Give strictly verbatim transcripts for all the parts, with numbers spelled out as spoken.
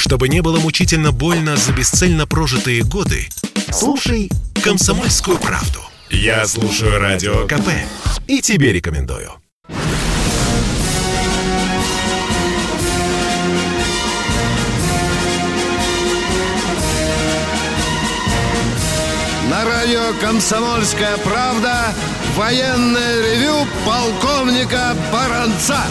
Чтобы не было мучительно больно за бесцельно прожитые годы, слушай «Комсомольскую правду». Я слушаю Радио КП и тебе рекомендую. На радио «Комсомольская правда» военное ревю полковника Баранца.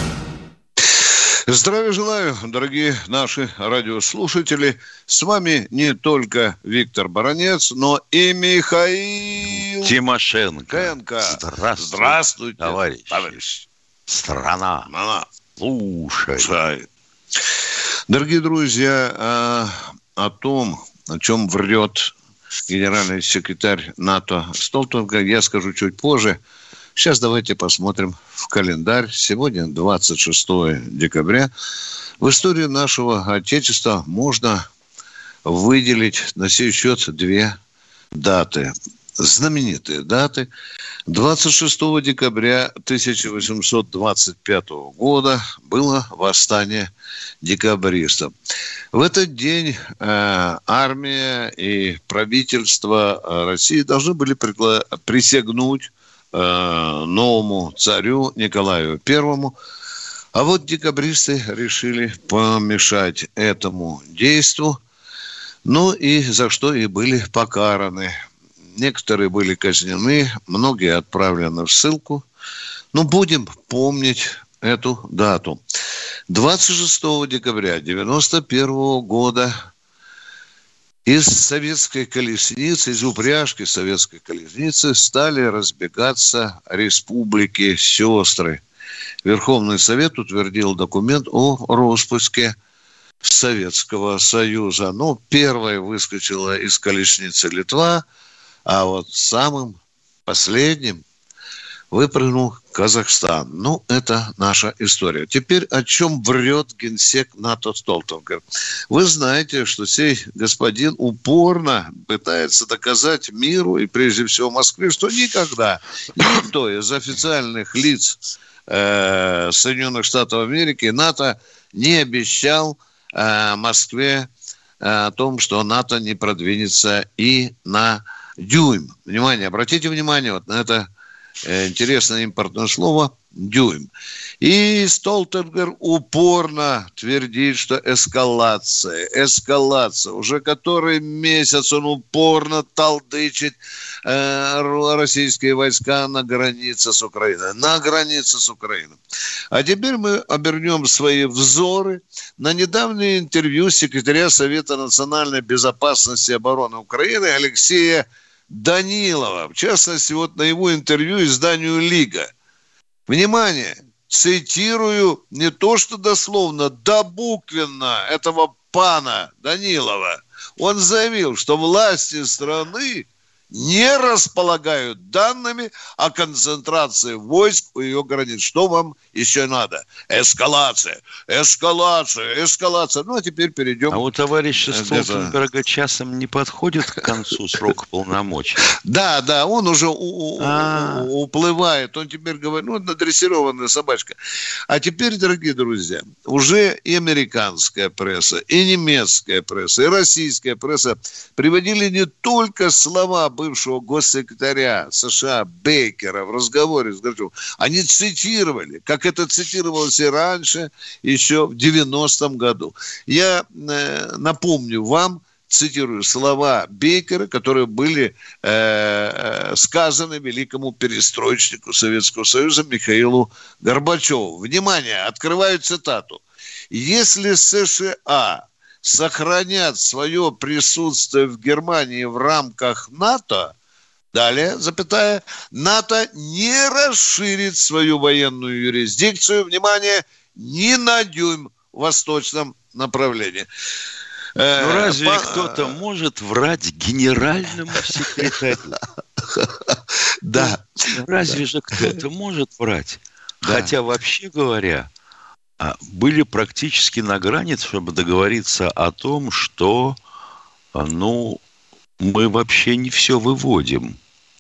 Здравия желаю, дорогие наши радиослушатели. С вами не только Виктор Баранец, но и Михаил Тимошенко. Здравствуйте, Здравствуйте, товарищ. товарищ. Страна. Она Слушай. слушает. Дорогие друзья, о, о том, о чем врет генеральный секретарь НАТО Столтенберг, я скажу чуть позже. Сейчас давайте посмотрим в календарь. Сегодня двадцать шестое декабря. В истории нашего Отечества можно выделить на сей счет две даты. Знаменитые даты. двадцать шестого декабря тысяча восемьсот двадцать пятого года было восстание декабристов. В этот день э, армия и правительство России должны были пригла- присягнуть новому царю Николаю Первому. А вот декабристы решили помешать этому действу. Ну и за что и были покараны. Некоторые были казнены, многие отправлены в ссылку. Но будем помнить эту дату. двадцать шестого декабря девяносто первого года из советской колесницы, из упряжки советской колесницы стали разбегаться республики-сестры. Верховный Совет утвердил документ о распуске Советского Союза. Ну, первой выскочила из колесницы Литва, а вот самым последним выпрыгнул Казахстан. Ну, это наша история. Теперь о чем врет генсек НАТО Столтенберг. Вы знаете, что сей господин упорно пытается доказать миру и прежде всего Москве, что никогда никто из официальных лиц э, Соединенных Штатов Америки, НАТО, не обещал э, Москве э, о том, что НАТО не продвинется и на дюйм. Внимание, обратите внимание вот на это интересное импортное слово «дюйм». И Столтенберг упорно твердит, что эскалация, эскалация. Уже который месяц он упорно толдычит э, российские войска на границе с Украиной. На границе с Украиной. А теперь мы обернем свои взоры на недавнее интервью секретаря Совета национальной безопасности и обороны Украины Алексея Данилова. В частности, вот на его интервью изданию «Лига». Внимание! Цитирую не то что дословно, да буквенно этого пана Данилова. Он заявил, что власти страны не располагают данными о концентрации войск у ее границ. Что вам еще надо? Эскалация, эскалация, эскалация. Ну, а теперь перейдем... А у товарища Столтенберга часом не подходит к концу срок полномочий? Да, да, он уже у- у- уплывает. Он теперь говорит, ну, надрессированная собачка. А теперь, дорогие друзья, уже и американская пресса, и немецкая пресса, и российская пресса приводили не только слова бывшего госсекретаря США Бейкера в разговоре с Горбачевым. Они цитировали, как это цитировалось и раньше, еще в девяностом году. Я э, напомню вам, цитирую слова Бейкера, которые были э, сказаны великому перестроечнику Советского Союза Михаилу Горбачеву. Внимание, открываю цитату. «Если США сохранят свое присутствие в Германии в рамках НАТО, далее, запятая, НАТО не расширит свою военную юрисдикцию, внимание, ни на дюйм в восточном направлении». Ну, разве По... кто-то может врать генеральному секретарю? Да. Разве же кто-то может врать? Хотя, вообще говоря, были практически на грани, чтобы договориться о том, что, ну, мы вообще не все выводим.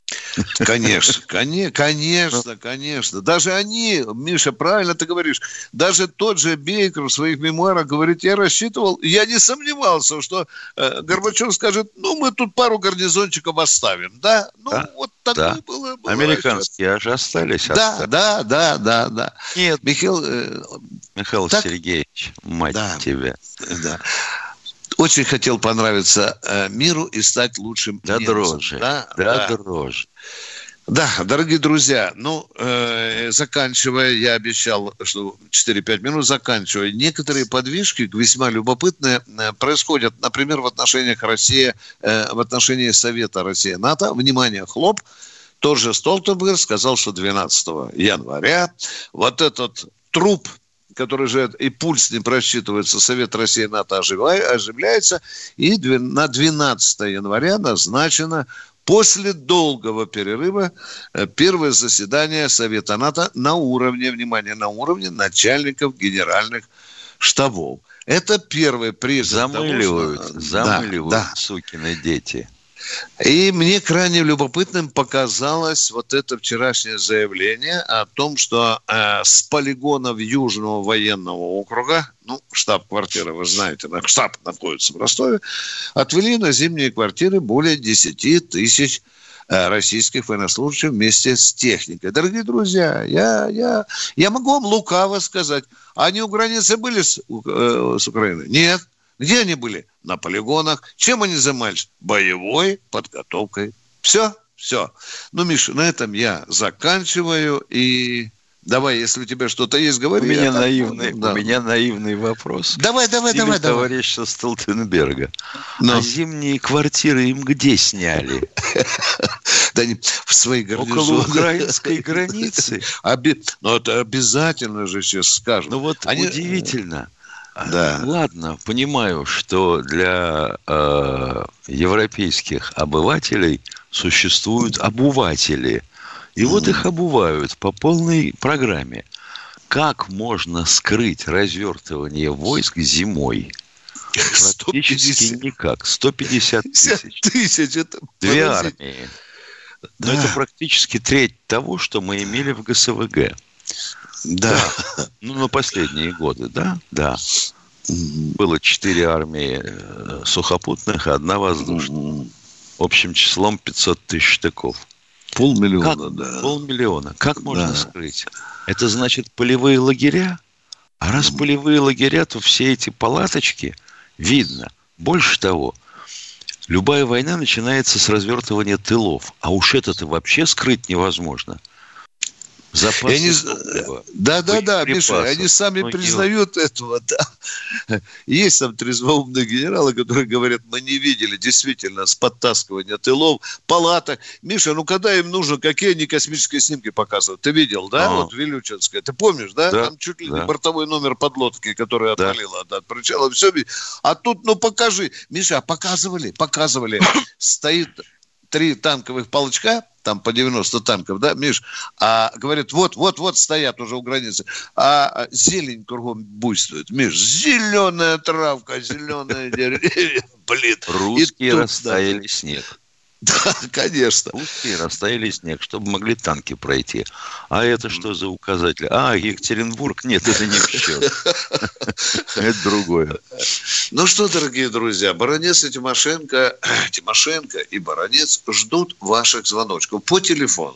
Конечно, конечно, конечно. Даже они, Миша, правильно ты говоришь, даже тот же Бейкер в своих мемуарах говорит, я рассчитывал, я не сомневался, что э, Горбачев скажет, ну, мы тут пару гарнизончиков оставим, да? Ну, да, вот такое да. было, было. Американские аж остались. Да, остались. да, да, да, да. Нет, Михаил, э, Михаил так... Сергеевич, мать да, тебя. Да. Очень хотел понравиться э, миру и стать лучшим да немцем. Дрожжи, да, да, да дрожжи. Да, дорогие друзья, ну, э, заканчивая, я обещал, что четыре-пять минут заканчивая, некоторые подвижки весьма любопытные э, происходят, например, в отношениях России, э, в отношении Совета России-НАТО. Внимание, хлоп, тот же Столтенберг сказал, что двенадцатого января вот этот труп, который же и пульс не просчитывается, Совет России и НАТО оживляется, и на двенадцатого января назначено после долгого перерыва первое заседание Совета НАТО на уровне, внимание, на уровне начальников генеральных штабов. Это первый признак замыливают, того, что... замыливают, да, сукины дети. И мне крайне любопытным показалось вот это вчерашнее заявление о том, что э, с полигонов Южного военного округа, ну, штаб-квартира, вы знаете, штаб находится в Ростове, отвели на зимние квартиры более десять тысяч э, российских военнослужащих вместе с техникой. Дорогие друзья, я, я, я могу вам лукаво сказать, они у границы были с, э, с Украиной? Нет. Где они были? На полигонах. Чем они занимались? Боевой подготовкой. Все, все. Ну, Миша, на этом я заканчиваю. И давай, если у тебя что-то есть, говори. У меня, наивный, да. у меня наивный вопрос. Давай, давай, Или давай. товарища Столтенберга. Но. А зимние квартиры им где сняли? Да не в своей гарнизоне. Около украинской границы. Ну, это обязательно же сейчас скажут. Ну, вот удивительно. Да. Ладно, понимаю, что для э, европейских обывателей существуют обуватели. И mm. вот их обувают по полной программе. Как можно скрыть развертывание войск зимой? Практически никак. сто пятьдесят тысяч. тысяч это Две армии. Да. Но это практически треть того, что мы имели в ГСВГ. Да. да. Ну, на последние годы, да? Да. Было четыре армии сухопутных и одна воздушная. Общим числом пятьсот тысяч штыков. Полмиллиона, как, да. Полмиллиона. Как можно да. скрыть? Это значит полевые лагеря? А раз полевые лагеря, то все эти палаточки видно. Больше того, любая война начинается с развертывания тылов. А уж это-то вообще скрыть невозможно. Запасы они... топлива, да, да, да, Миша, они сами ну, признают не... этого. Да. Есть там трезвоумные генералы, которые говорят, мы не видели действительно с подтаскивания тылов, палаток. Миша, ну когда им нужно, какие они космические снимки показывают? Ты видел, да, а. вот Вилючинская? Ты помнишь, да? да? Там чуть ли да. не бортовой номер подлодки, которая да. отвалила от причала. Все. А тут, ну покажи. Миша, показывали, показывали. Стоит три танковых полчка, там по девяносто танков, да, Миш, а говорят, вот-вот-вот стоят уже у границы, а зелень кругом буйствует. Миш, зеленая травка, зеленые деревья, блин. Русские растаяли снег. Да, конечно. Русские растаяли снег, чтобы могли танки пройти. А это что за указатель? А, Екатеринбург? Нет, это не в счет. Это другое. Ну что, дорогие друзья, Баранец и Тимошенко, Тимошенко и Баранец ждут ваших звоночков по телефону.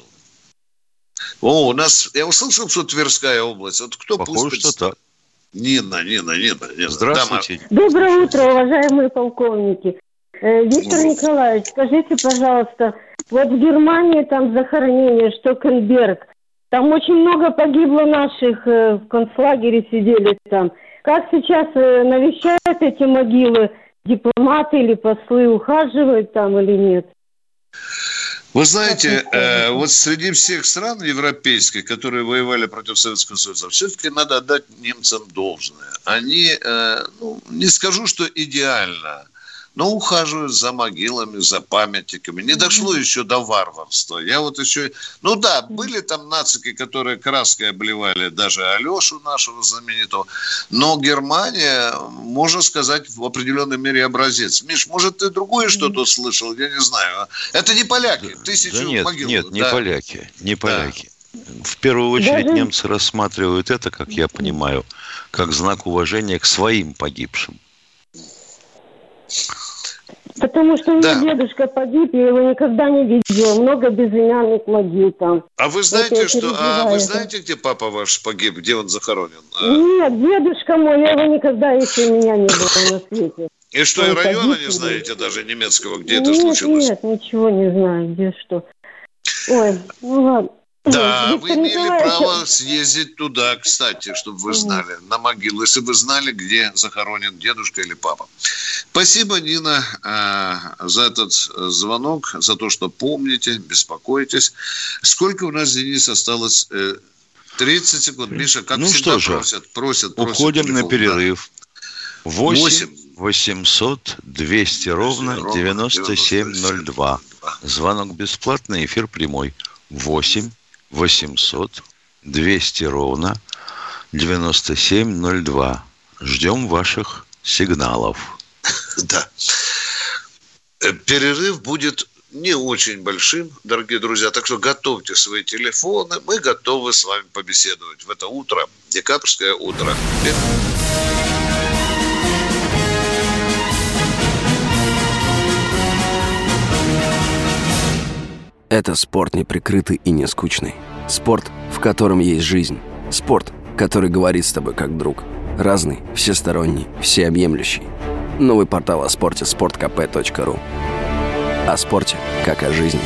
О, у нас, я услышал, что Тверская область. Вот кто Похоже, что так. Нина, Нина, Нина, Нина. Здравствуйте. Доброе утро, уважаемые полковники. Виктор Николаевич, скажите, пожалуйста, вот в Германии там захоронение Штокенберг, там очень много погибло наших, в концлагере сидели там. Как сейчас навещают эти могилы? Дипломаты или послы ухаживают там или нет? Вы знаете, э, вот среди всех стран европейских, которые воевали против Советского Союза, все-таки надо отдать немцам должное. Они, э, ну, не скажу, что идеально, но ухаживают за могилами, за памятниками. Не дошло еще до варварства. Я вот еще... Ну да, были там нацики, которые краской обливали даже Алешу нашего знаменитого, но Германия, можно сказать, в определенной мере образец. Миш, может, ты другое что-то слышал? Я не знаю. Это не поляки. Тысячу да нет, могил. Нет, не да. поляки. Не поляки. Да. В первую очередь Даже... немцы рассматривают это, как я понимаю, как знак уважения к своим погибшим. Потому что у меня да. дедушка погиб, я его никогда не видел. Много безымянных могил там. А вы знаете, что, а вы знаете, где папа ваш погиб, где он захоронен? Нет, дедушка мой, я его никогда еще у меня не было на свете. И что, он и района не знаете даже немецкого, где нет, это случилось? Нет, ничего не знаю, где что. Ой, ну ладно. Да, Виктор вы имели Николаевич... право съездить туда, кстати, чтобы вы знали, на могилу, если вы знали, где захоронен дедушка или папа. Спасибо, Нина, за этот звонок, за то, что помните, беспокойтесь. Сколько у нас, Денис, осталось? тридцать секунд. Миша, как ну всегда, что просят, просят, просят. Уходим телефон, на перерыв. восемь восемь восемьсот двести ровно девяносто семь ноль два. Звонок бесплатный, эфир прямой. восемь восемьсот двести ровно девяносто семь ноль два. Ждем ваших сигналов. Да. Перерыв будет не очень большим, дорогие друзья, так что готовьте свои телефоны. Мы готовы с вами побеседовать в это утро, декабрьское утро. Это спорт неприкрытый и не скучный. Спорт, в котором есть жизнь. Спорт, который говорит с тобой как друг. Разный, всесторонний, всеобъемлющий. Новый портал о спорте – спорт ка пэ точка ру. О спорте, как о жизни.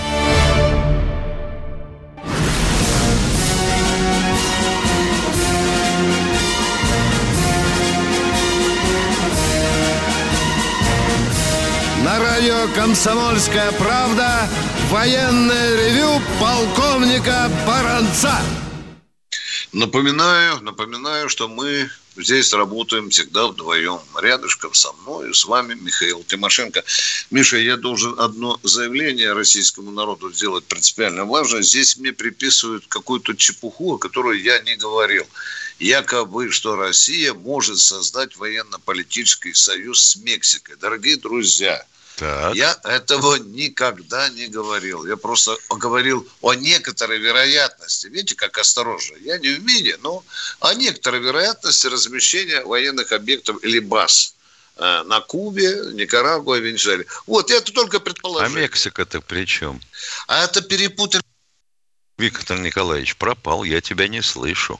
На радио «Комсомольская правда» военное ревю полковника Баранца. Напоминаю, напоминаю, что мы здесь работаем всегда вдвоем. Рядышком со мной и с вами Михаил Тимошенко. Миша, я должен одно заявление российскому народу сделать принципиально важно. Здесь мне приписывают какую-то чепуху, о которой я не говорил. Якобы, что Россия может создать военно-политический союз с Мексикой. Дорогие друзья, так. Я этого никогда не говорил. Я просто говорил о некоторой вероятности. Видите, как осторожно. Я не в мире, но о некоторой вероятности размещения военных объектов или баз э, на Кубе, Никарагуа, Венесуэле. Вот, это только предположение. А Мексика-то при чем? А это перепутали. Виктор Николаевич пропал, я тебя не слышу.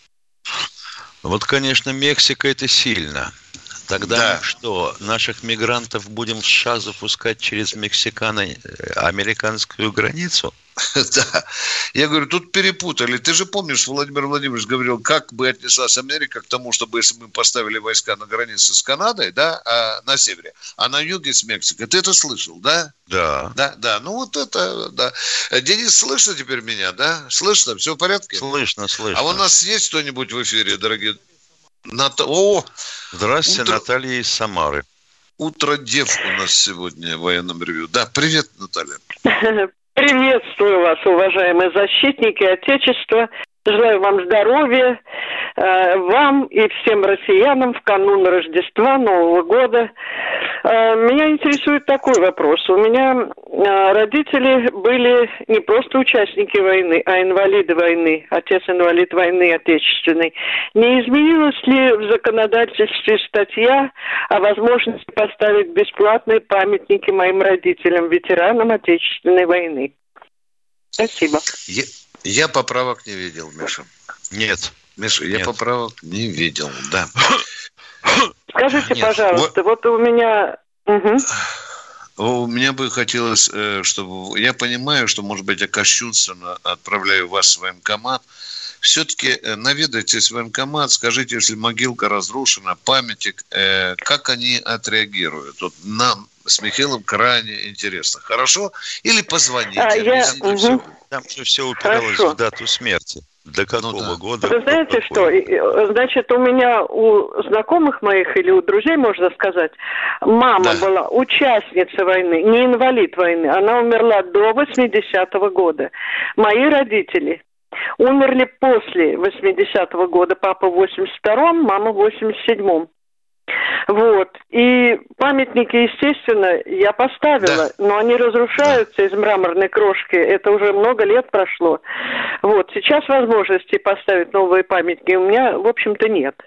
Вот, конечно, Мексика – это сильно. Тогда да. что, наших мигрантов будем в США запускать через мексикано-американскую границу? Да. Я говорю, тут перепутали. Ты же помнишь, Владимир Владимирович говорил, как бы отнеслась Америка к тому, чтобы если мы поставили войска на границе с Канадой, да, а, на севере, а на юге с Мексикой. Ты это слышал, да? Да. Да, да. Ну вот это, да. Денис, слышно теперь меня, да? Слышно? Все в порядке? Слышно, слышно. А у нас есть кто-нибудь в эфире, дорогие? Ната... О! Здравствуйте, Утро... Наталья из Самары. Утро дев у нас сегодня в военном ревью. Да, привет, Наталья. Приветствую вас, уважаемые защитники Отечества. Желаю вам здоровья, вам и всем россиянам в канун Рождества, Нового года. Меня интересует такой вопрос. У меня родители были не просто участники войны, а инвалиды войны. Отец инвалид войны отечественной. Не изменилась ли в законодательстве статья о возможности поставить бесплатные памятники моим родителям, ветеранам Отечественной войны? Спасибо. Я, я поправок не видел, Миша. Нет. Миша, я Нет. поправок не видел, да. Скажите, Нет. пожалуйста, вот... вот у меня... Угу. У меня бы хотелось, чтобы... Я понимаю, что, может быть, я кощунственно отправляю вас в военкомат. Все-таки наведайтесь в военкомат, скажите, если могилка разрушена, памятник, как они отреагируют? Вот нам с Михаилом крайне интересно. Хорошо? Или позвоните. А, я... угу. Там же все упиралось Хорошо. в дату смерти. До какого Ну да. года? Вы знаете Какой? что? И, Значит, у меня у знакомых моих или у друзей, можно сказать, мама Да. была участницей войны, не инвалид войны. Она умерла до восьмидесятого года. Мои родители умерли после восьмидесятого года. Папа в восемьдесят втором, мама в восемьдесят седьмом. Вот. И памятники, естественно, я поставила, Да. но они разрушаются из мраморной крошки. Это уже много лет прошло. Вот. Сейчас возможности поставить новые памятники у меня, в общем-то, нет.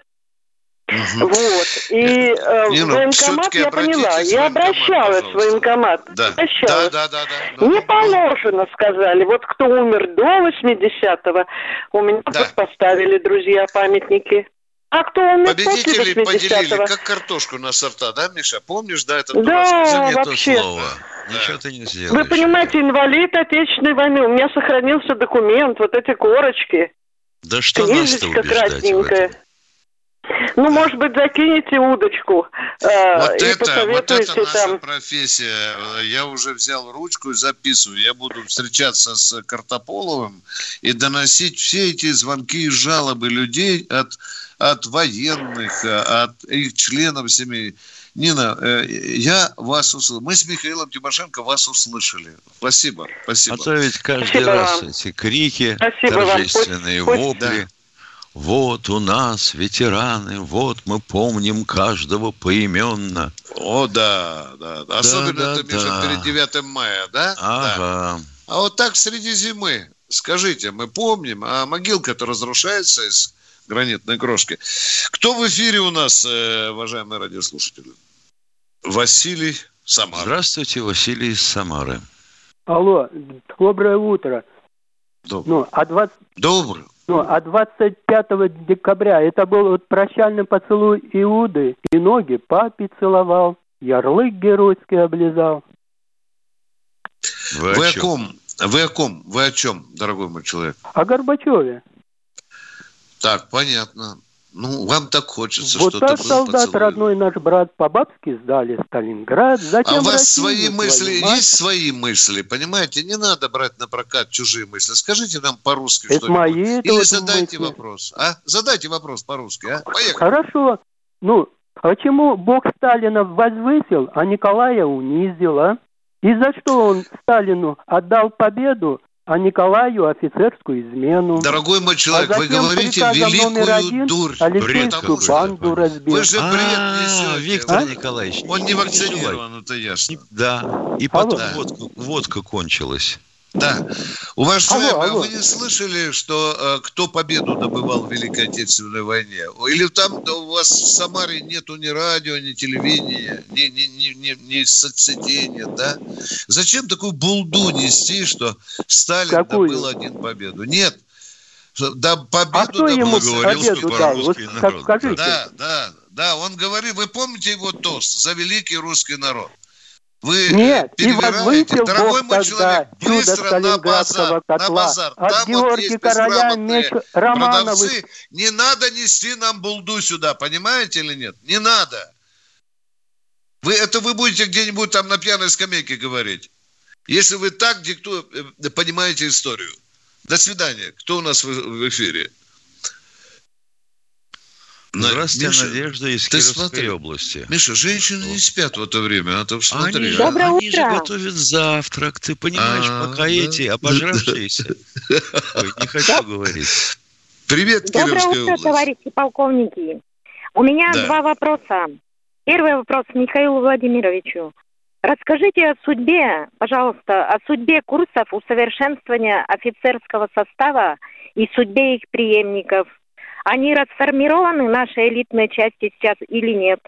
Мгм. Вот. И э, Нина, в военкомат всё-таки я поняла. обратитесь в Я военкомат, обращалась в пожалуйста. военкомат. Да. Обращалась. Да, да, да, да. Не Ну, положено, сказали. Вот кто умер до восьмидесятого, у меня Да. тут поставили, друзья, памятники. А кто умер после Победителей поделили, восьмидесятого? как картошку на сорта, да, Миша? Помнишь, да, этот Да, рассказ? Не то вообще. слово. Ничего ты не сделаешь. Вы понимаете, инвалид Отечественной войны. У меня сохранился документ, вот эти корочки. Да что нас-то Книжечка убеждать в этом? красненькая. Ну, может быть, закинете удочку э, Вот и это, вот посоветуете это наша там. профессия. Я уже взял ручку и записываю. Я буду встречаться с Картополовым и доносить все эти звонки и жалобы людей от, от военных, от их членов семей. Нина, э, я вас услышал. Мы с Михаилом Тимошенко вас услышали. Спасибо, спасибо. А то ведь каждый Спасибо раз вам. эти крики, Спасибо вам. торжественные Пусть- вопли. Да. Вот у нас ветераны, вот мы помним каждого поименно. О, да, да. Особенно да, это, Миша, да. перед девятым мая, да? Да. Ага. А вот так среди зимы, скажите, мы помним, а могилка-то разрушается из гранитной крошки. Кто в эфире у нас, э, уважаемые радиослушатели? Василий Самара. Здравствуйте, Василий из Самары. Алло, доброе утро. Добрый. Ну, а двадцать, Добрый. ну, а двадцать пятого декабря это был вот прощальный поцелуй Иуды, и ноги папе целовал, ярлык геройский облизал. Вы, Вы о о чем? ком? Вы о ком? Вы о чем, дорогой мой человек? О Горбачеве. Так, понятно. Ну, вам так хочется, Вот что-то так было солдат поцелуй. родной наш брат по-бабски сдали Сталинград. Затем А у вас Россию свои свою мысли, мать. есть свои мысли, понимаете? Не надо брать на прокат чужие мысли. Скажите нам по-русски Это что-нибудь. мои, это Или вот задайте мысли. вопрос. А? Задайте вопрос по-русски, а? Поехали. Хорошо. Ну, почему Бог Сталина возвысил, а Николая унизил, а? И за что он Сталину отдал победу, а Николаю офицерскую измену? Дорогой мой человек, а вы затем говорите приказом номер великую один дурь. Алексеевскую Бред какой-то. банду разбил. Вы же бред А, несете. Виктор А? Николаевич. Он не переживай. вакцинирован, это ясно. Да. И Алло. потом Да. водка, водка кончилась. Да. Уважаемые, Алло, алло. вы не слышали, что э, кто победу добывал в Великой Отечественной войне? Или там да, у вас в Самаре нету ни радио, ни телевидения, ни, ни, ни, ни, ни соцсетей нет, да? Зачем такую булду нести, что Сталин Какую? добыл один победу? Нет. Да, А победу кто ему добыл. говорил, победу что дал? Вот русский как народ. скажите. Да, да, да, он говорит, вы помните его тост за великий русский народ? Вы Нет, и перевираете. возвысил Дорогой Бог мой тогда человек, чудо быстро на Сталинградского базар, на котла. базар. От Там вот Георгия есть Короля безграмотные меч Романовых. продавцы. Не надо нести нам булду сюда, понимаете или нет? Не надо. Вы, это вы будете где-нибудь там на пьяной скамейке говорить. Если вы так дикту, э, понимаете историю. До свидания. Кто у нас в, в эфире? Здравствуйте, Миша, Надежда из ты Кировской смотри. области. Миша, женщины не спят в это время, а ты смотри. Они, а. же, Доброе они же утро. готовят завтрак, ты понимаешь, А, пока да. эти обожравшиеся. Ой, не хочу говорить. Привет, Доброе Кировская утро, область. товарищи полковники. У меня Да. два вопроса. Первый вопрос Михаилу Владимировичу. Расскажите о судьбе, пожалуйста, о судьбе курсов усовершенствования офицерского состава и судьбе их преемников. Они расформированы, наши элитные части сейчас, или нет?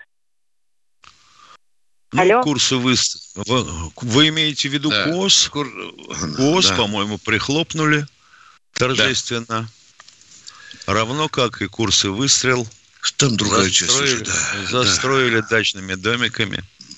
Ну, Алло? курсы вы... Вы, вы имеете в виду Да. КОС? Кур- КОС, Да. по-моему, прихлопнули торжественно. Равно как и курсы «Выстрел». Там другая часть Застроили, уже, да. застроили дачными домиками.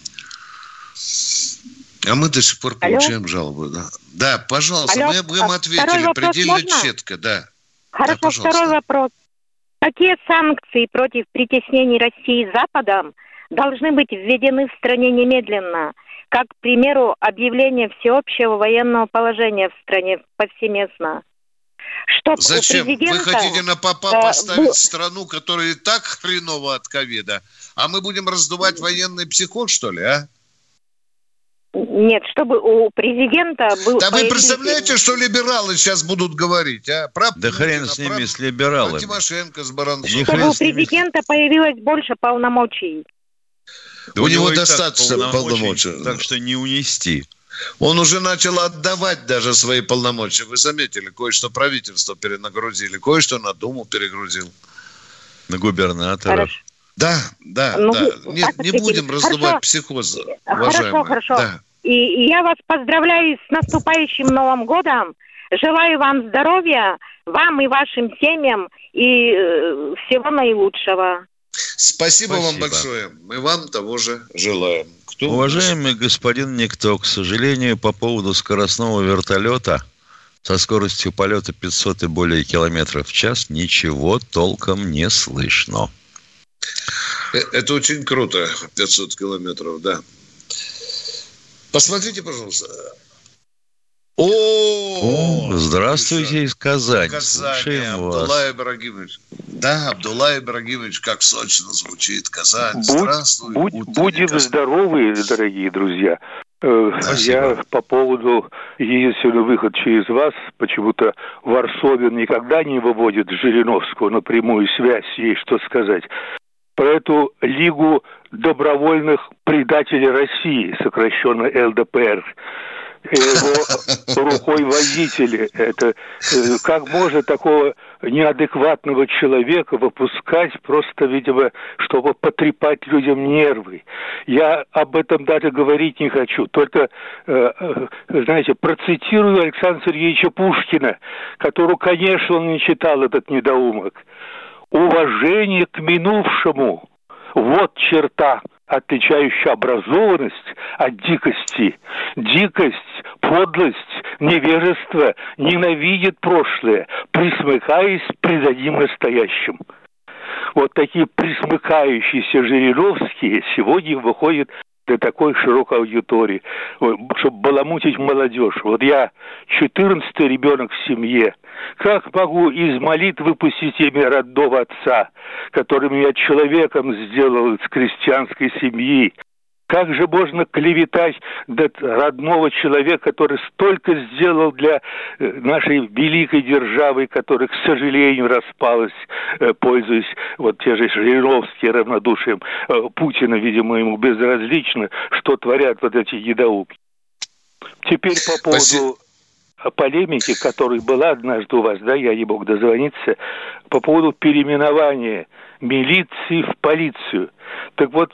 Да. А мы до сих пор Алло? получаем жалобы, да. Да, пожалуйста, Алло, мы, мы им а ответили второй вопрос предельно можно? четко, да. Хорошо, пожалуйста. второй вопрос. Какие санкции против притеснений России Западом должны быть введены в стране немедленно? Как, к примеру, объявление всеобщего военного положения в стране повсеместно. Чтоб Зачем? президента, Вы хотите на попа э, поставить был... страну, которая и так хреново от ковида, а мы будем раздувать военный психоз, что ли, а? Нет, чтобы у президента был... Да вы представляете, что либералы сейчас будут говорить, а? Про да Путина, хрен с ними, про... с либералами. Про Тимошенко, с Баранцовым. Чтобы у президента появилось больше полномочий. Да у, у него него достаточно полномочий, полномочий, так что не унести. Он уже начал отдавать даже свои полномочия. Вы заметили, кое-что правительство перенагрузили, кое-что на Думу перегрузил. На губернатора. Хорошо. Да, да, ну, да. Нет, не будем раздувать психоз, уважаемые. Хорошо, хорошо. Да. И, и я вас поздравляю с наступающим Новым годом. Желаю вам здоровья, вам и вашим семьям, и э, всего наилучшего. Спасибо, Спасибо вам большое. Мы вам того же желаем. Кто Уважаемый господин Никто, к сожалению, по поводу скоростного вертолета со скоростью полета пятьсот и более километров в час ничего толком не слышно. Это очень круто, пятьсот километров, да. Посмотрите, пожалуйста. О, О здравствуйте из Казани. Казани, Слушаем Абдулла вас. Ибрагимович. Да, Абдулла Ибрагимович, как сочно звучит. Казань, Будь, здравствуй. Будь, будем Казань. здоровы, дорогие друзья. Спасибо. Я по поводу единственный выход через вас, почему-то Варсобин никогда не выводит Жириновского на прямую связь, есть что сказать. Про эту Лигу добровольных предателей России, сокращенно эл дэ пэ эр, его рукой водителя. Это как можно такого неадекватного человека выпускать просто, видимо, чтобы потрепать людям нервы. Я об этом даже говорить не хочу. Только, знаете, процитирую Александра Сергеевича Пушкина, которого, конечно, он не читал, этот недоумок. Уважение к минувшему – вот черта, отличающая образованность от дикости. Дикость, подлость, невежество ненавидит прошлое, присмыкаясь предадим настоящим. Вот такие присмыкающиеся Жириновские сегодня выходят для такой широкой аудитории, чтобы баламутить молодежь. Вот я четырнадцатый ребенок в семье. Как могу из молитв выпустить имя родного отца, который меня человеком сделал из крестьянской семьи? Как же можно клеветать родного человека, который столько сделал для нашей великой державы, которая, к сожалению, распалась, пользуясь вот те же Жириновские равнодушием Путина, видимо, ему безразлично, что творят вот эти недоумки. Теперь по поводу Спасибо. полемики, которая была однажды у вас, да, я не мог дозвониться, по поводу переименования милиции в полицию. Так вот,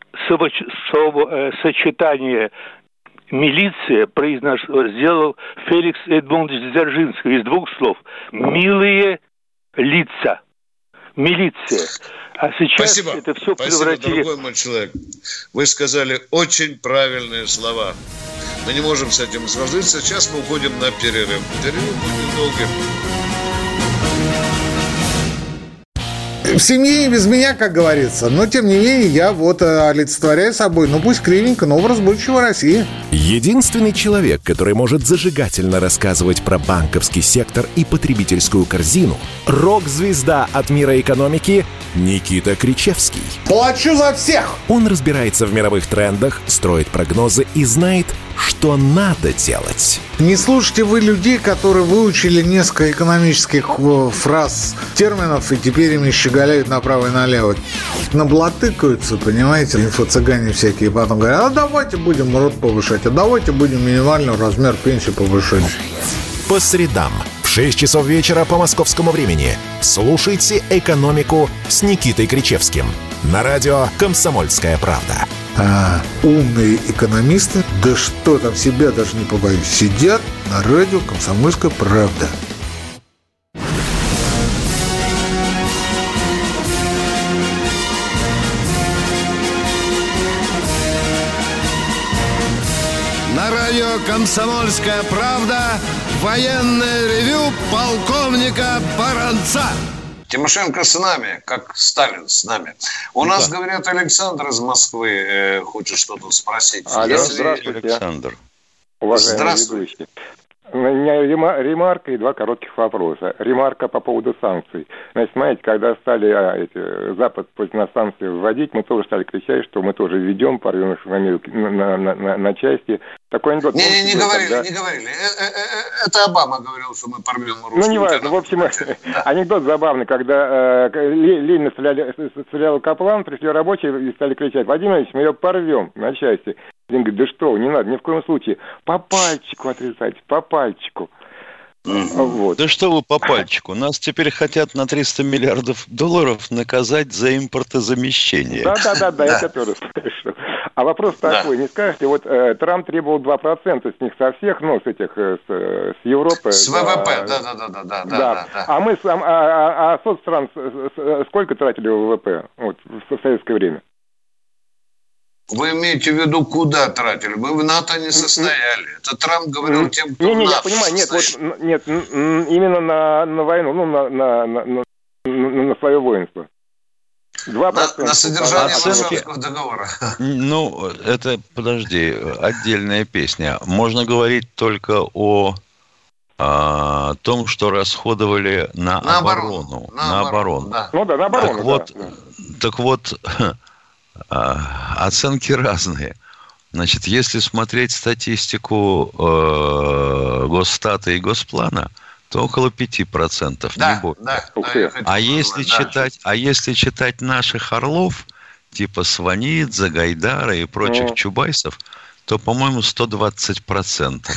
сочетание милиция произнес, сделал Феликс Эдмондович Дзержинский из двух слов. Милые лица. Милиция. А сейчас Спасибо. это все Спасибо, превратили... дорогой мой человек. Вы сказали очень правильные слова. Мы не можем с этим сложиться. Сейчас мы уходим на перерыв. Перерыв будет долгим. В семье не без меня, как говорится. Но, тем не менее, я вот олицетворяю собой, ну пусть кривенько, но образ будущего России. Единственный человек, который может зажигательно рассказывать про банковский сектор и потребительскую корзину – рок-звезда от мира экономики Никита Кричевский. Плачу за всех! Он разбирается в мировых трендах, строит прогнозы и знает, что надо делать. Не слушайте вы людей, которые выучили несколько экономических фраз, терминов, и теперь ими щеголяют направо и налево. Наблатыкаются, понимаете, инфо-цыгане всякие, потом говорят, а давайте будем рот повышать, а давайте будем минимальный размер пенсии повышать. По средам в шесть часов вечера по московскому времени слушайте «Экономику» с Никитой Кричевским на радио «Комсомольская правда». А умные экономисты, да что там, себя даже не побоюсь, сидят на радио «Комсомольская правда». На радио «Комсомольская правда» военное ревю полковника Баранца. Тимошенко с нами, как Сталин с нами. У ну, нас, да. говорят, Александр из Москвы э, хочет что-то спросить. Алло, Если... здравствуйте, Александр. Уважаемый ведущий. Ремарка и два коротких вопроса. Ремарка по поводу санкций. Значит, смотрите, когда стали а, эти, Запад против нас санкции вводить, мы тоже стали кричать, что мы тоже введем, порвем их на, на, на, на части. Такой анекдот. Не, не, не был, говорили, когда... не говорили. Это Обама говорил, что мы порвем русскую. Ну, не важно. В общем, анекдот забавный, когда э, Ленина стреляли, стрелял Каплан, пришли рабочие и стали кричать: Владимир Ильич, мы ее порвем на части. Ленин говорит: да что, не надо, ни в коем случае. По пальчику отрезать, по пальчику. Вот. Да что вы по пальчику? Нас теперь хотят на триста миллиардов долларов наказать за импортозамещение. Да-да-да, да, я тоже слышу. А вопрос да. такой, не скажете, вот э, Трамп требовал два процента с них со всех, ну, с этих, э, с, с Европы. С за... ВВП, да-да-да. да, да. А мы, а, а, а соцстран сколько тратили ВВП вот, в советское время? Вы имеете в виду, куда тратили? Мы в НАТО не состояли. Это Трамп говорил тем, кто не, не, в НАТО я понимаю, нет, состоит. вот, нет, именно на, на войну, ну, на, на, на, на, на свое воинство. два процента. На, на содержание Варшавского договора. Ну, это, подожди, отдельная песня. Можно говорить только о, о том, что расходовали на, на оборону. оборону. На, на оборону. оборону. Да. Ну да, на оборону. Так вот, да. так вот оценки разные. Значит, если смотреть статистику э, Госстата и Госплана, то около пяти процентов, да, не больше. Да, да, а, если читать, а если читать наших орлов, типа Сванидзе, Гайдара и прочих mm. чубайсов, то, по-моему, сто двадцать процентов.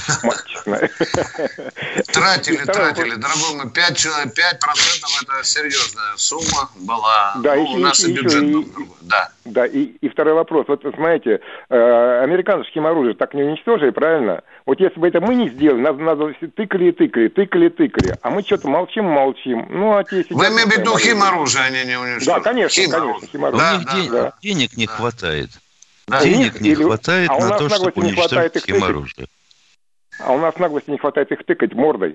Тратили, тратили, дорогой мой, пять процентов это серьезная сумма была. Да, ну, еще, у нас еще, и бюджет еще, был и, другой. Да, да и, и второй вопрос. Вот, смотрите, э, американцы химоружие так не уничтожили, правильно? Вот если бы это мы не сделали, нас надо тыкали и тыкали, тыкали и тыкали. А мы что-то молчим, молчим. Ну, а те сидят... Вы имеете в виду химоружие, они не уничтожили? Да, конечно, конечно. Химоружие. Да, у них да, ден- да. денег не да. хватает. Да. Денег не или... хватает а на то, чтобы уничтожить химоружие. А у нас наглости не хватает их тыкать мордой.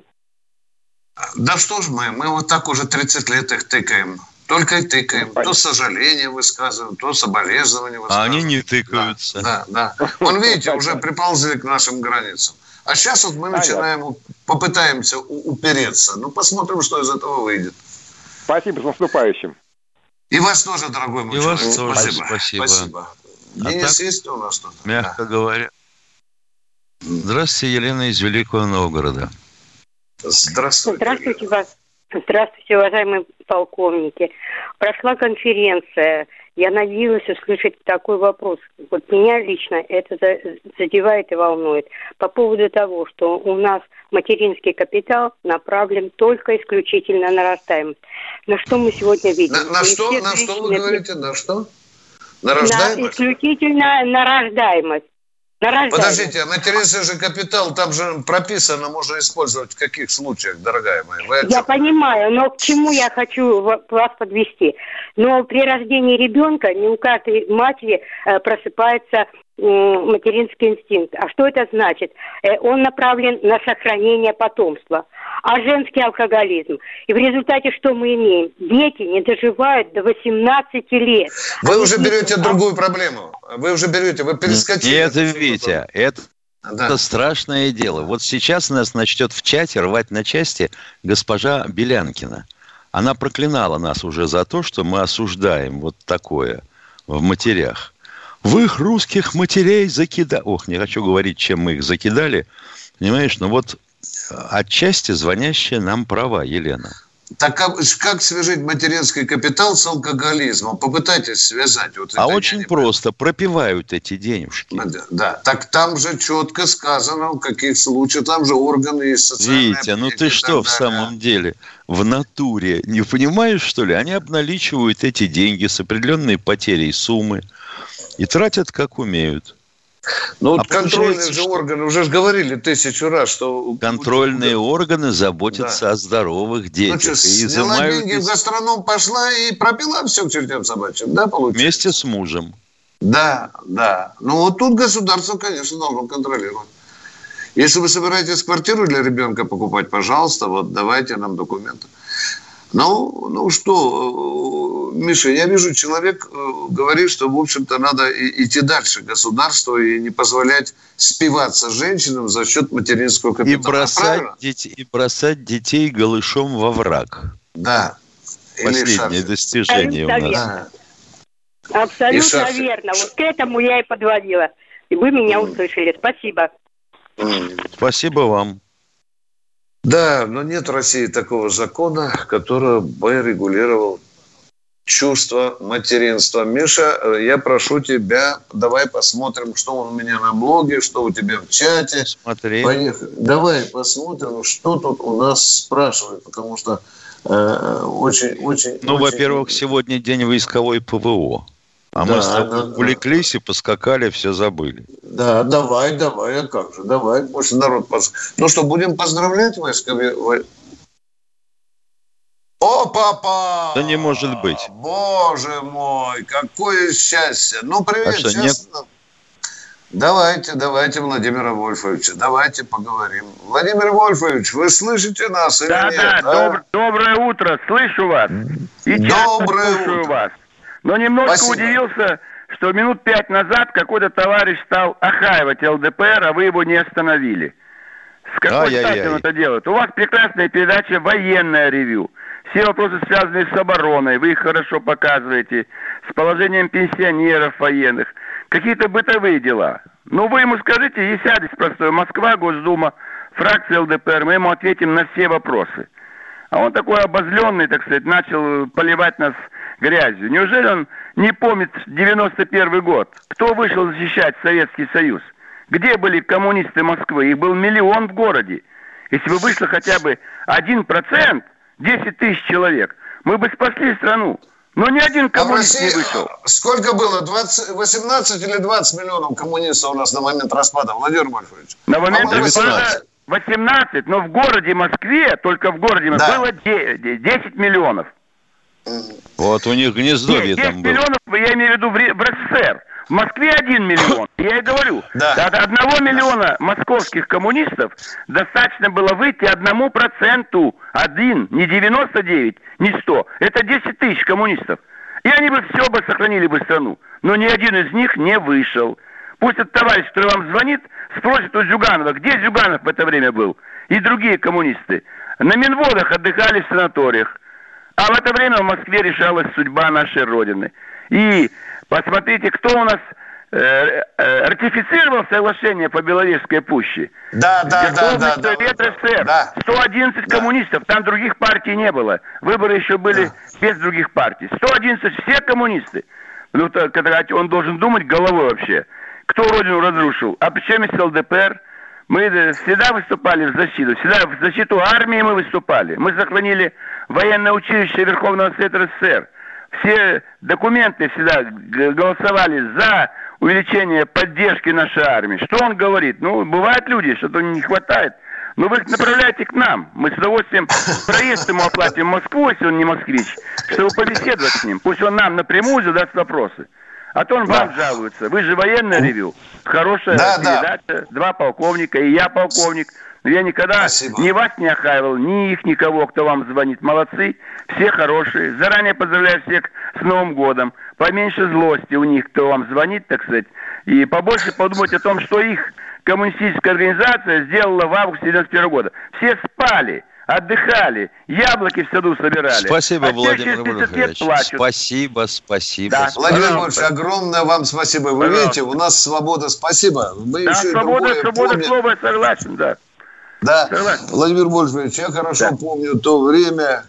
Да что ж мы, мы вот так уже тридцать лет их тыкаем. Только и тыкаем. То сожаление высказываем, то соболезнование высказываем. А они не тыкаются. Да, да. да. Вон, видите, уже приползли к нашим границам. А сейчас вот мы начинаем, попытаемся упереться. Ну, посмотрим, что из этого выйдет. Спасибо, с наступающим. И вас тоже, дорогой мой И человек. вас тоже спасибо. Спасибо. спасибо. А Денис, так, есть у нас что-то? Мягко да. говоря. Здравствуйте, Елена из Великого Новгорода. Здравствуйте. Здравствуйте, вас. Здравствуйте, уважаемые полковники. Прошла конференция. Я надеялась услышать такой вопрос. Вот меня лично это задевает и волнует. По поводу того, что у нас материнский капитал направлен только исключительно на рождаемость. На что мы сегодня видим? На, на что, на что вы говорите? На что? На рождаемость? На, исключительно на рождаемость. Подождите, а материнский же капитал, там же прописано, можно использовать в каких случаях, дорогая моя? Я понимаю, но к чему я хочу вас подвести. Но при рождении ребенка не у каждой матери просыпается материнский инстинкт. А что это значит? Он направлен на сохранение потомства. А женский алкоголизм. И в результате что мы имеем? Дети не доживают до восемнадцати лет. Вы Они уже берете а... другую проблему. Вы уже берете, вы перескочили. И это, Витя, это, да. это страшное дело. Вот сейчас нас начнет в чате рвать на части госпожа Белянкина. Она проклинала нас уже за то, что мы осуждаем вот такое в матерях. Вы их, русских матерей, закидали. Ох, не хочу говорить, чем мы их закидали. Понимаешь, ну вот отчасти звонящая нам права, Елена. Так как, как связать материнский капитал с алкоголизмом? Попытайтесь связать. Вот а очень просто. Пропивают эти денежки. Да, да. Так там же четко сказано, в каких случаях. Там же органы есть социальные. Витя, ну ты что в самом деле в натуре не понимаешь, что ли? Они обналичивают эти деньги с определенной потерей суммы и тратят как умеют. Ну, вот а контрольные же органы, уже же говорили тысячу раз, что... Контрольные да. органы заботятся да. о здоровых детях. Ну, что, и изымают... деньги из... в гастроном пошла и пропила все к чертям собачьим, да, получается? Вместе с мужем. Да, да. Ну, вот тут государство, конечно, должно контролировать. Если вы собираетесь квартиру для ребенка покупать, пожалуйста, вот давайте нам документы. Ну, ну что, Миша, я вижу, человек говорит, что, в общем-то, надо идти дальше государству и не позволять спиваться женщинам за счет материнского капитала. И бросать, детей, и бросать детей голышом во враг. Да. Последнее достижение у нас. Да. Абсолютно верно. Вот к этому я и подводила. И вы меня услышали. Спасибо. Спасибо вам. Да, но нет в России такого закона, который бы регулировал чувство материнства. Миша, я прошу тебя, давай посмотрим, что у меня на блоге, что у тебя в чате. Смотри. Поехали. Давай посмотрим, что тут у нас спрашивают, потому что э, очень, очень... Ну, очень... во-первых, сегодня день войсковой ПВО. А да, мы с тобой да, увлеклись да. и поскакали, все забыли. Да, давай, давай, а как же, давай. Больше народ... Поз... Ну что, будем поздравлять войсковые... О, папа! Да не может быть. Боже мой, какое счастье. Ну, привет, а что, сейчас... Нет? Давайте, давайте, Владимир Вольфович, давайте поговорим. Владимир Вольфович, вы слышите нас или да, нет? Да, да, доб- доброе утро, слышу вас. И доброе слушаю утро. вас. Но немножко Спасибо. Удивился, что минут пять назад какой-то товарищ стал охаивать ЛДПР, а вы его не остановили. С какой стати он это делает? У вас прекрасная передача «Военное ревью». Все вопросы, связанные с обороной, вы их хорошо показываете. С положением пенсионеров военных. Какие-то бытовые дела. Ну, вы ему скажите, и сядете простой. Москва, Госдума, фракция ЛДПР. Мы ему ответим на все вопросы. А он такой обозленный, так сказать, начал поливать нас грязью. Неужели он не помнит девяносто первый год? Кто вышел защищать Советский Союз? Где были коммунисты Москвы? Их был миллион в городе. Если бы вышло хотя бы один процент, десять тысяч человек, мы бы спасли страну. Но ни один коммунист а в России не вышел. Сколько было? двадцать, восемнадцать или двадцать миллионов коммунистов у нас на момент распада, Владимир Вольфович? На момент распада восемнадцать, но в городе Москве, только в городе Москве, да. было десять миллионов. Вот у них гнездовье там было. десять миллионов, я имею в виду в, в РСФСР. В Москве один миллион. Я и говорю, да. от одного миллиона московских коммунистов достаточно было выйти одному проценту. Один, не девяносто девять, не сто. Это десять тысяч коммунистов. И они бы все бы сохранили бы страну. Но ни один из них не вышел. Пусть этот товарищ, который вам звонит, спросит у Зюганова, где Зюганов в это время был. И другие коммунисты. На Минводах отдыхали в санаториях. А в это время в Москве решалась судьба нашей Родины. И посмотрите, кто у нас э, э, ратифицировал соглашение по Беловежской пуще. Да, да, да, да, да, РСФСР. да. сто одиннадцать да. коммунистов, там других партий не было. Выборы еще были да. без других партий. сто одиннадцать все коммунисты. Ну, то, когда он должен думать головой вообще. Кто Родину разрушил? А причем из ЛДПР? Мы всегда выступали в защиту, всегда в защиту армии мы выступали. Мы сохранили военное училище Верховного Совета РСФСР. Все документы всегда голосовали за увеличение поддержки нашей армии. Что он говорит? Ну, бывают люди, что-то не хватает. Но вы их направляете к нам. Мы с удовольствием проезд ему оплатим в Москву, если он не москвич, чтобы побеседовать с ним. Пусть он нам напрямую задаст вопросы. А то он да. вам жалуется. Вы же военное ревью. Хорошая да, передача. Да. Два полковника, и я полковник. Но я никогда Спасибо. ни вас не охаивал, ни их, никого, кто вам звонит. Молодцы, все хорошие. Заранее поздравляю всех с Новым годом. Поменьше злости у них, кто вам звонит, так сказать. И побольше подумать о том, что их коммунистическая организация сделала в августе девяносто первого года. Все спали. Отдыхали, яблоки в саду собирали. Спасибо, а Владимир Владимирович. Спасибо, спасибо. Да. спасибо. Владимир Владимирович, огромное вам спасибо. Вы Пожалуйста. видите, у нас свобода, спасибо. Мы да, еще свобода, свобода помним. слова, я согласен, да. Да, согласен. Владимир Вольфович, я хорошо да. помню то время,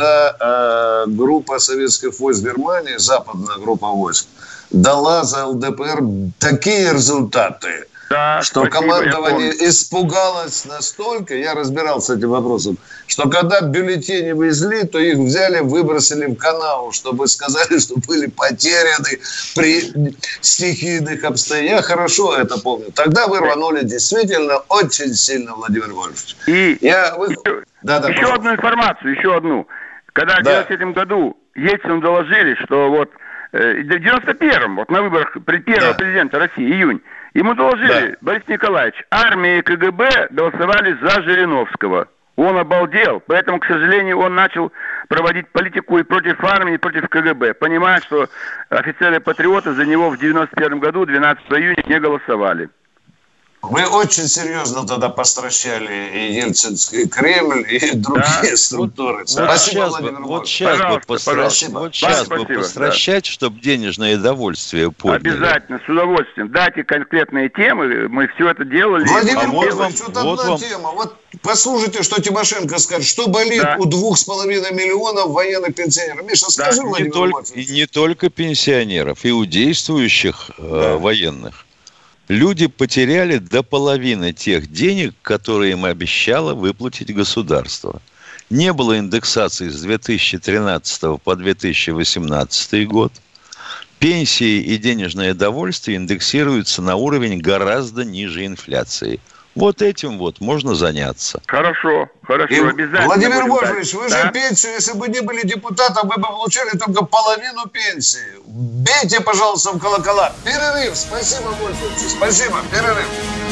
когда э, группа советских войск Германии, западная группа войск, дала за ЛДПР такие результаты, да, что спасибо, командование испугалось настолько, я разбирался с этим вопросом, что когда бюллетени везли, то их взяли, выбросили в канаву, чтобы сказали, что были потеряны при стихийных обстоятельствах. Я хорошо это помню. Тогда вы рванули действительно очень сильно, Владимир Вольфович. И я... вы... еще, да, да, еще одну информацию, еще одну. Когда в да. девяносто третьем году Ельцину доложили, что вот э, в девяносто первом, вот на выборах первого да. президента России, июнь, ему доложили, да. Борис Николаевич, армия и КГБ голосовали за Жириновского. Он обалдел. Поэтому, к сожалению, он начал проводить политику и против армии, и против КГБ. Понимая, что офицеры-патриоты за него в девяносто первом году, двенадцатого июня, не голосовали. Вы очень серьезно тогда постращали и Ельцинский Кремль, и другие да. структуры. Вот, вот сейчас, бы, вот сейчас бы, постра... вот сейчас бы постращать, да. чтобы денежное довольствие подняли. Обязательно, с удовольствием. Дайте конкретные темы, мы все это делали. Владимир а вот вам, вот одна вот вам... тема. Вот послушайте, что Тимошенко скажет. Что болит да. у двух с половиной миллионов военных пенсионеров? Миша, скажи, да. не, только, и не только пенсионеров, и у действующих да. э, военных. Люди потеряли до половины тех денег, которые им обещало выплатить государство. Не было индексации с две тысячи тринадцатого по две тысячи восемнадцатый год. Пенсии и денежное довольствие индексируются на уровень гораздо ниже инфляции. Вот этим вот можно заняться. Хорошо, хорошо, и, обязательно. Владимир Вольфович, вы да? же пенсию, если бы не были депутатом, вы бы получали только половину пенсии. Бейте, пожалуйста, в колокола. Перерыв. Спасибо, Вольфович. Спасибо. Перерыв.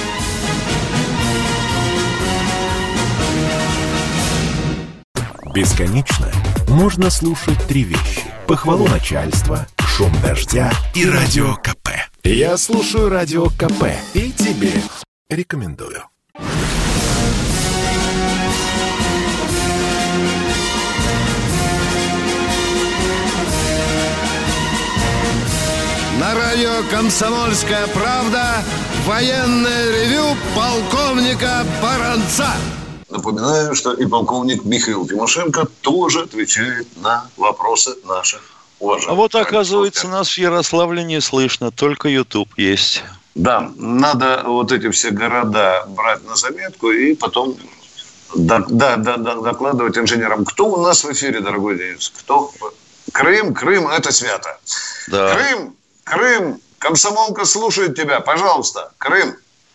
Бесконечно можно слушать три вещи. Похвалу начальства, шум дождя и радио КП. Я слушаю радио КП и тебе рекомендую. На радио «Комсомольская правда» военное ревю полковника Баранца. Напоминаю, что и полковник Михаил Тимошенко тоже отвечает на вопросы наших уважаемых. А вот, оказывается, нас в Ярославле не слышно, только YouTube есть. Да, надо вот эти все города брать на заметку и потом да, да, да, докладывать инженерам. Кто у нас в эфире, дорогой Денис? Кто? Крым, Крым, это свято. Да. Крым, Крым, комсомолка слушает тебя, пожалуйста. Крым.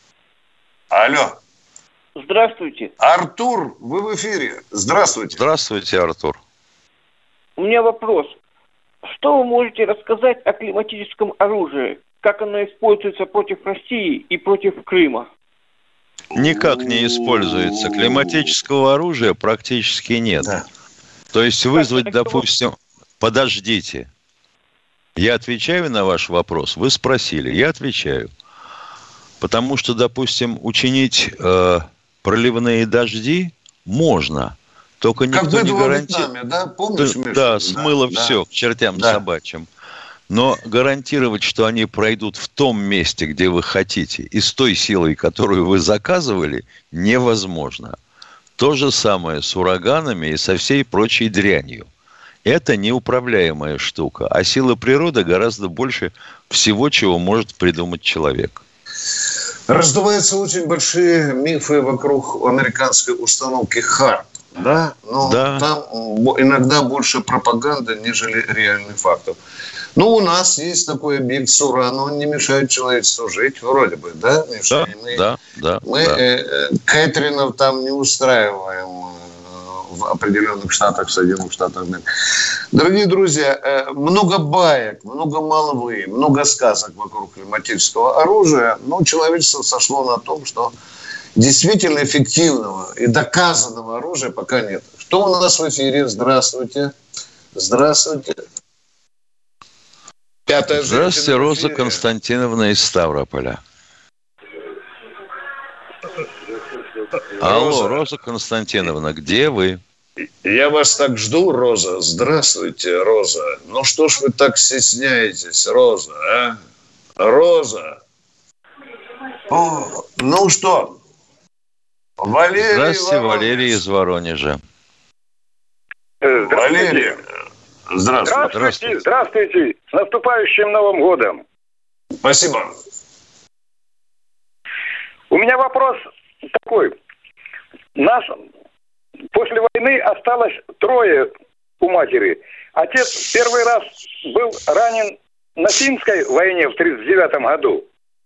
Алло. Здравствуйте. Артур, вы в эфире. Здравствуйте. Здравствуйте, Артур. У меня вопрос. Что вы можете рассказать о климатическом оружии? Как оно используется против России и против Крыма? Никак не используется. Климатического оружия практически нет. Да. То есть вызвать, так, допустим... Подождите. Я отвечаю на ваш вопрос. Вы спросили. Я отвечаю. Потому что, допустим, учинить э, проливные дожди можно. Только никто как не гарантирует. Да, помнишь, Миша? Да, смыло да, все да. к чертям да. собачьим. Но гарантировать, что они пройдут в том месте, где вы хотите, и с той силой, которую вы заказывали, невозможно. То же самое с ураганами и со всей прочей дрянью. Это неуправляемая штука. А сила природы гораздо больше всего, чего может придумать человек. Раздуваются очень большие мифы вокруг американской установки «Харт». Да? Но да. там иногда больше пропаганды, нежели реальных фактов. Ну, у нас есть такой объект Суран, он не мешает человечеству жить, вроде бы, да, Миша? Да, мы, да, да. Мы да. Э, Кэтринов там не устраиваем э, в определенных штатах, Соединенных Штатах Америки. Дорогие друзья, э, много баек, много молвы, много сказок вокруг климатического оружия, но человечество сошло на том, что действительно эффективного и доказанного оружия пока нет. Кто у нас в эфире? Здравствуйте. Здравствуйте. Пятая Здравствуйте, Роза Константиновна из Ставрополя. Роза. Алло, Роза Константиновна, где вы? Я вас так жду, Роза. Здравствуйте, Роза. Ну что ж вы так стесняетесь, Роза, а? Роза. О, ну что? Валерий Здравствуйте, Воронеж. Валерий из Воронежа. Здравствуйте. Валерий. Здравствуйте. Здравствуйте. Здравствуйте. С наступающим Новым годом. Спасибо. У меня вопрос такой. Нас после войны осталось трое у матери. Отец первый раз был ранен на финской войне в тридцать девятом году.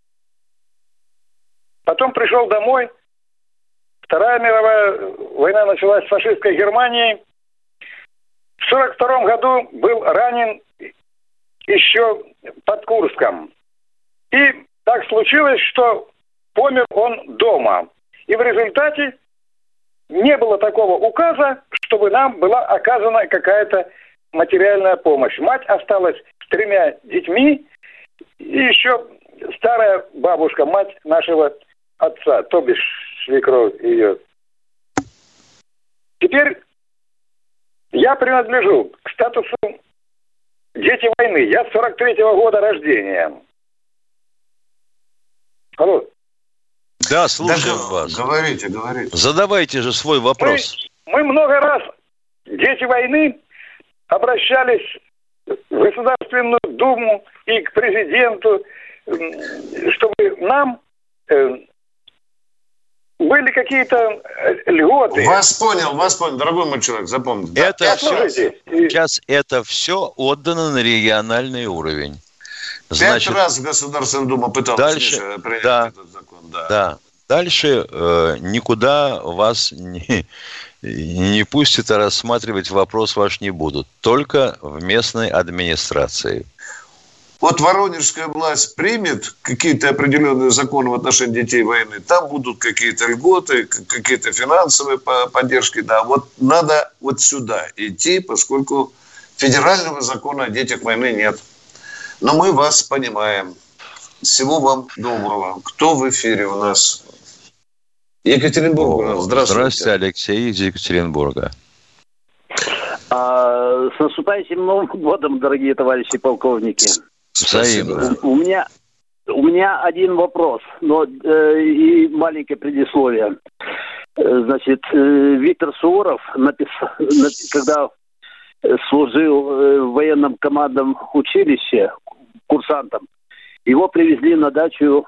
Потом пришел домой. Вторая мировая война началась с фашистской Германией. В сорок втором году был ранен еще под Курском. И так случилось, что помер он дома. И в результате не было такого указа, чтобы нам была оказана какая-то материальная помощь. Мать осталась с тремя детьми, и еще старая бабушка, мать нашего отца, то бишь свекровь ее. Теперь я принадлежу к статусу дети войны. Я сорок третьего года рождения. Алло. Да, слушаем да, вас. Говорите, говорите. Задавайте же свой вопрос. Мы, мы много раз, дети войны, обращались в Государственную Думу и к президенту, чтобы нам э, были какие-то льготы. Вас понял, вас понял, дорогой мой человек, запомните. Это да, все, сейчас это все отдано на региональный уровень. Значит, пять раз Государственная Дума пыталась дальше, принять да, этот закон. Да. да. Дальше э, никуда вас не, не пустят, а рассматривать вопрос ваш не будут. Только в местной администрации. Вот Воронежская власть примет какие-то определенные законы в отношении детей войны, там будут какие-то льготы, какие-то финансовые поддержки. Да, вот надо вот сюда идти, поскольку федерального закона о детях войны нет. Но мы вас понимаем. Всего вам доброго. Кто в эфире у нас? Екатеринбург у нас. Здравствуйте. Здравствуйте, Алексей из Екатеринбурга. А, с наступающим Новым годом, дорогие товарищи полковники. Взаимно. У, у меня, у меня один вопрос, но э, и маленькое предисловие. Значит, э, Виктор Суворов написал, когда служил в военном командном училище курсантом, его привезли на дачу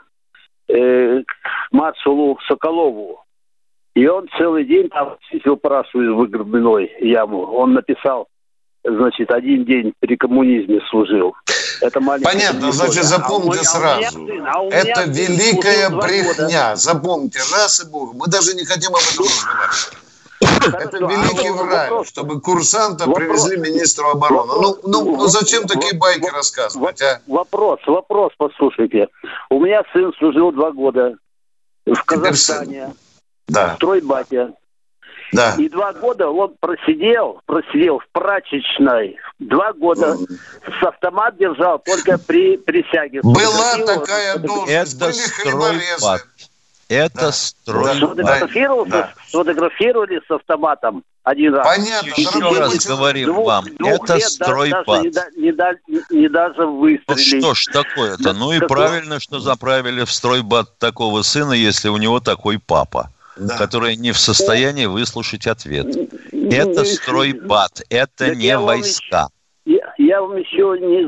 э, к маршалу Соколову. И он целый день там чистил парашу из выгребной яму. Он написал, значит, один день при коммунизме служил. Это понятно, значит, запомните а сразу. Сын, а это великая брехня. Запомните, раз и бог. Мы даже не хотим об этом разговаривать. Это великий враг, чтобы курсанта привезли министру обороны. Ну, ну, ну зачем такие байки рассказывать, а? Вопрос, вопрос, послушайте. У меня сын служил два года в Казахстане, да. в стройбате. Да. И два года он просидел, просидел в прачечной. Два года с автомат держал только при присяге. Была такая должность. Это стройбат. Это да. стройбат. Сфотографировался, да. Сфотографировали с автоматом один раз. Понятно. Еще раз быть, говорим двух, вам, двух это стройбат. Даже не, не, не даже выстрелить. Ну что ж такое-то? Ну и правильно, что заправили в стройбат такого сына, если у него такой папа. Да. Который не в состоянии выслушать ответ. Это стройбат, это так не войска. Еще, я, я вам еще не,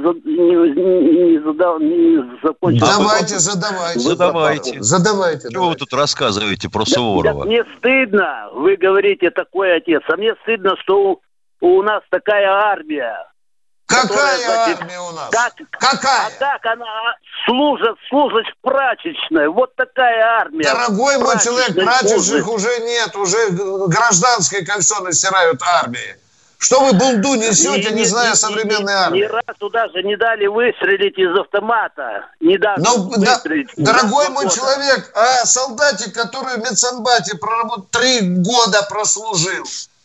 не, не задал, не закончил. Давайте, задавайте. Задавайте. Задавайте. Что вы тут рассказываете про Суворова? Да, мне стыдно, вы говорите, такой отец, а мне стыдно, что у, у нас такая армия. Какая которая, значит, армия у нас? Как, Какая? А так она служит, служит в прачечной. Вот такая армия. Дорогой мой человек, прачечных уже нет. Уже гражданское кольцо настирают армии. Что вы булду несете, не, не зная современной армии? Ни разу даже не дали выстрелить из автомата. Не дали Но, выстрелить. Да, дорогой мой человек, а солдатик, который в медсанбате проработал три года прослужил,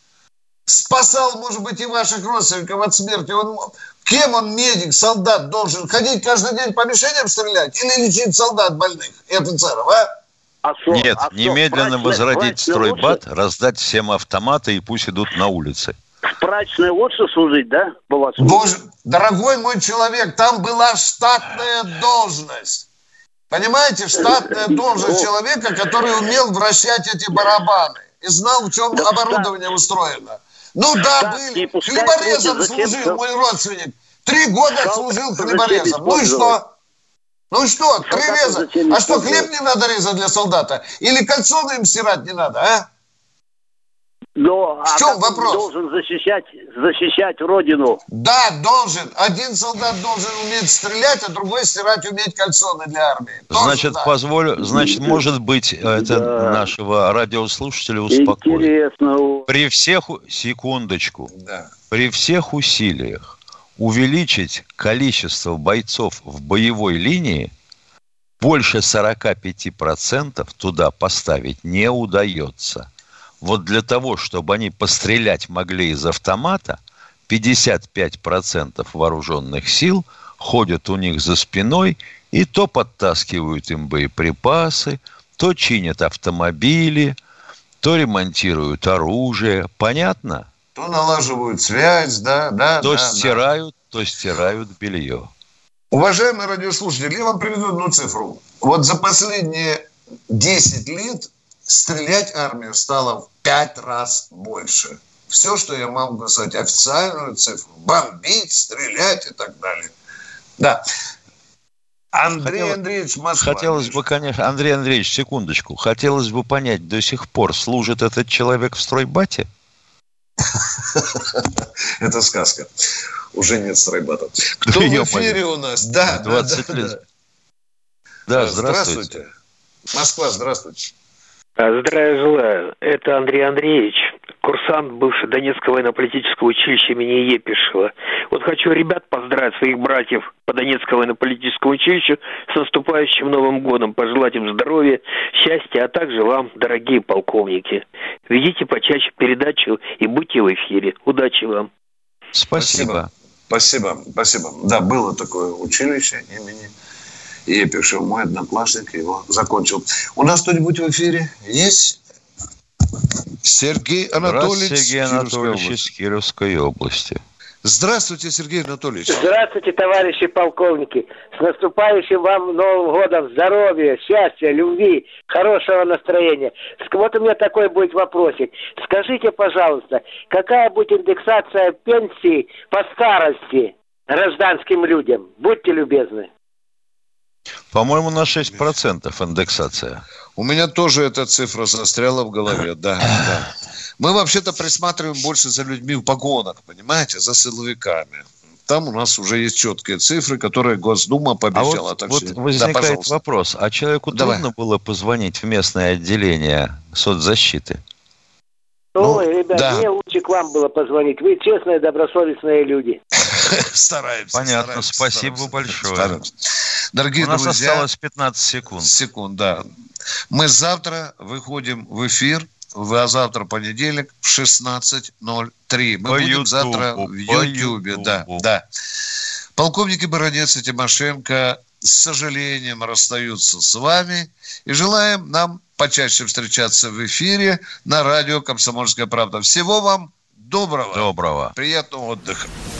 спасал, может быть, и ваших родственников от смерти. Он, кем он, медик, солдат, должен ходить каждый день по мишеням стрелять или лечить солдат больных и офицеров, а? а шо, Нет, а немедленно прачная, возродить стройбат, лучше? Раздать всем автоматы и пусть идут на улицы. В прачечной лучше служить, да? Боже, дорогой мой человек, там была штатная должность. Понимаете, штатная должность человека, который умел вращать эти барабаны и знал, в чем да, оборудование да. устроено. Ну да, так, были. Хлеборезом служил мой родственник. Три года Шалка служил хлеборезом. Ну и что? Ну и что? Три реза. А что, хлеб не надо резать для солдата? Или кальсоны им стирать не надо, а? Но, в чем а вопрос? Должен защищать, защищать родину. Да, должен. Один солдат должен уметь стрелять, а другой стирать уметь кальсоны для армии. Тоже значит, да. позволю, значит, может быть, это да. нашего радиослушателя успокоит. Интересно. При всех, секундочку, да. при всех усилиях увеличить количество бойцов в боевой линии больше сорок пять процентов туда поставить не удается. Вот для того, чтобы они пострелять могли из автомата, пятьдесят пять процентов вооруженных сил ходят у них за спиной и то подтаскивают им боеприпасы, то чинят автомобили, то ремонтируют оружие. Понятно? То налаживают связь, да, да. То да, стирают, да. то стирают белье. Уважаемые радиослушатели, я вам приведу одну цифру. Вот за последние десять лет стрелять армию стало в пять раз больше. Все, что я могу сказать, официальную цифру. Бомбить, стрелять и так далее. Да. Андрей Хотел... Андреевич, Москва. Хотелось бы, конечно... Андрей Андреевич, секундочку. Хотелось бы понять, до сих пор служит этот человек в стройбате? Это сказка. Уже нет стройбата. Кто в эфире у нас? Да, двадцать лет. Да, здравствуйте. Москва, здравствуйте. Здравия желаю. Это Андрей Андреевич, курсант бывшего Донецкого военно-политического училища имени Епишева. Вот хочу ребят поздравить, своих братьев по Донецкому военно-политическому училищу с наступающим Новым годом, пожелать им здоровья, счастья, а также вам, дорогие полковники. Ведите почаще передачу и будьте в эфире. Удачи вам. Спасибо. Спасибо. Спасибо. Да, было такое училище имени Епишева. Мой одноклассник его закончил. У нас кто-нибудь в эфире есть? Сергей Анатольевич. Сергей Анатольевич из Кировской области. Здравствуйте, Сергей Анатольевич. Здравствуйте, товарищи полковники. С наступающим вам Новым годом здоровья, счастья, любви, хорошего настроения. Вот у меня такой будет вопросик. Скажите, пожалуйста, какая будет индексация пенсии по старости гражданским людям? Будьте любезны. По-моему, на шесть процентов индексация. У меня тоже эта цифра застряла в голове, да, да. Мы вообще-то присматриваем больше за людьми в погонах, понимаете, за силовиками. Там у нас уже есть четкие цифры, которые Госдума пообещала. А вот, так вот что... возникает да, вопрос, а человеку Давай. трудно было позвонить в местное отделение соцзащиты? Ну, Ой, ребят, да. мне лучше к вам было позвонить. Вы честные, добросовестные люди. Стараемся. Понятно, стараемся, спасибо стараемся, большое. Стараемся. Дорогие У нас друзья, осталось пятнадцать секунд. Секунд, да. Мы завтра выходим в эфир, а завтра понедельник в шестнадцать ноль три. Мы по будем Ютубу, завтра в Ютубе. Да, да. Полковники Баранец и Тимошенко с сожалением расстаются с вами и желаем нам почаще встречаться в эфире на радио «Комсомольская правда». Всего вам доброго. Доброго. Приятного отдыха.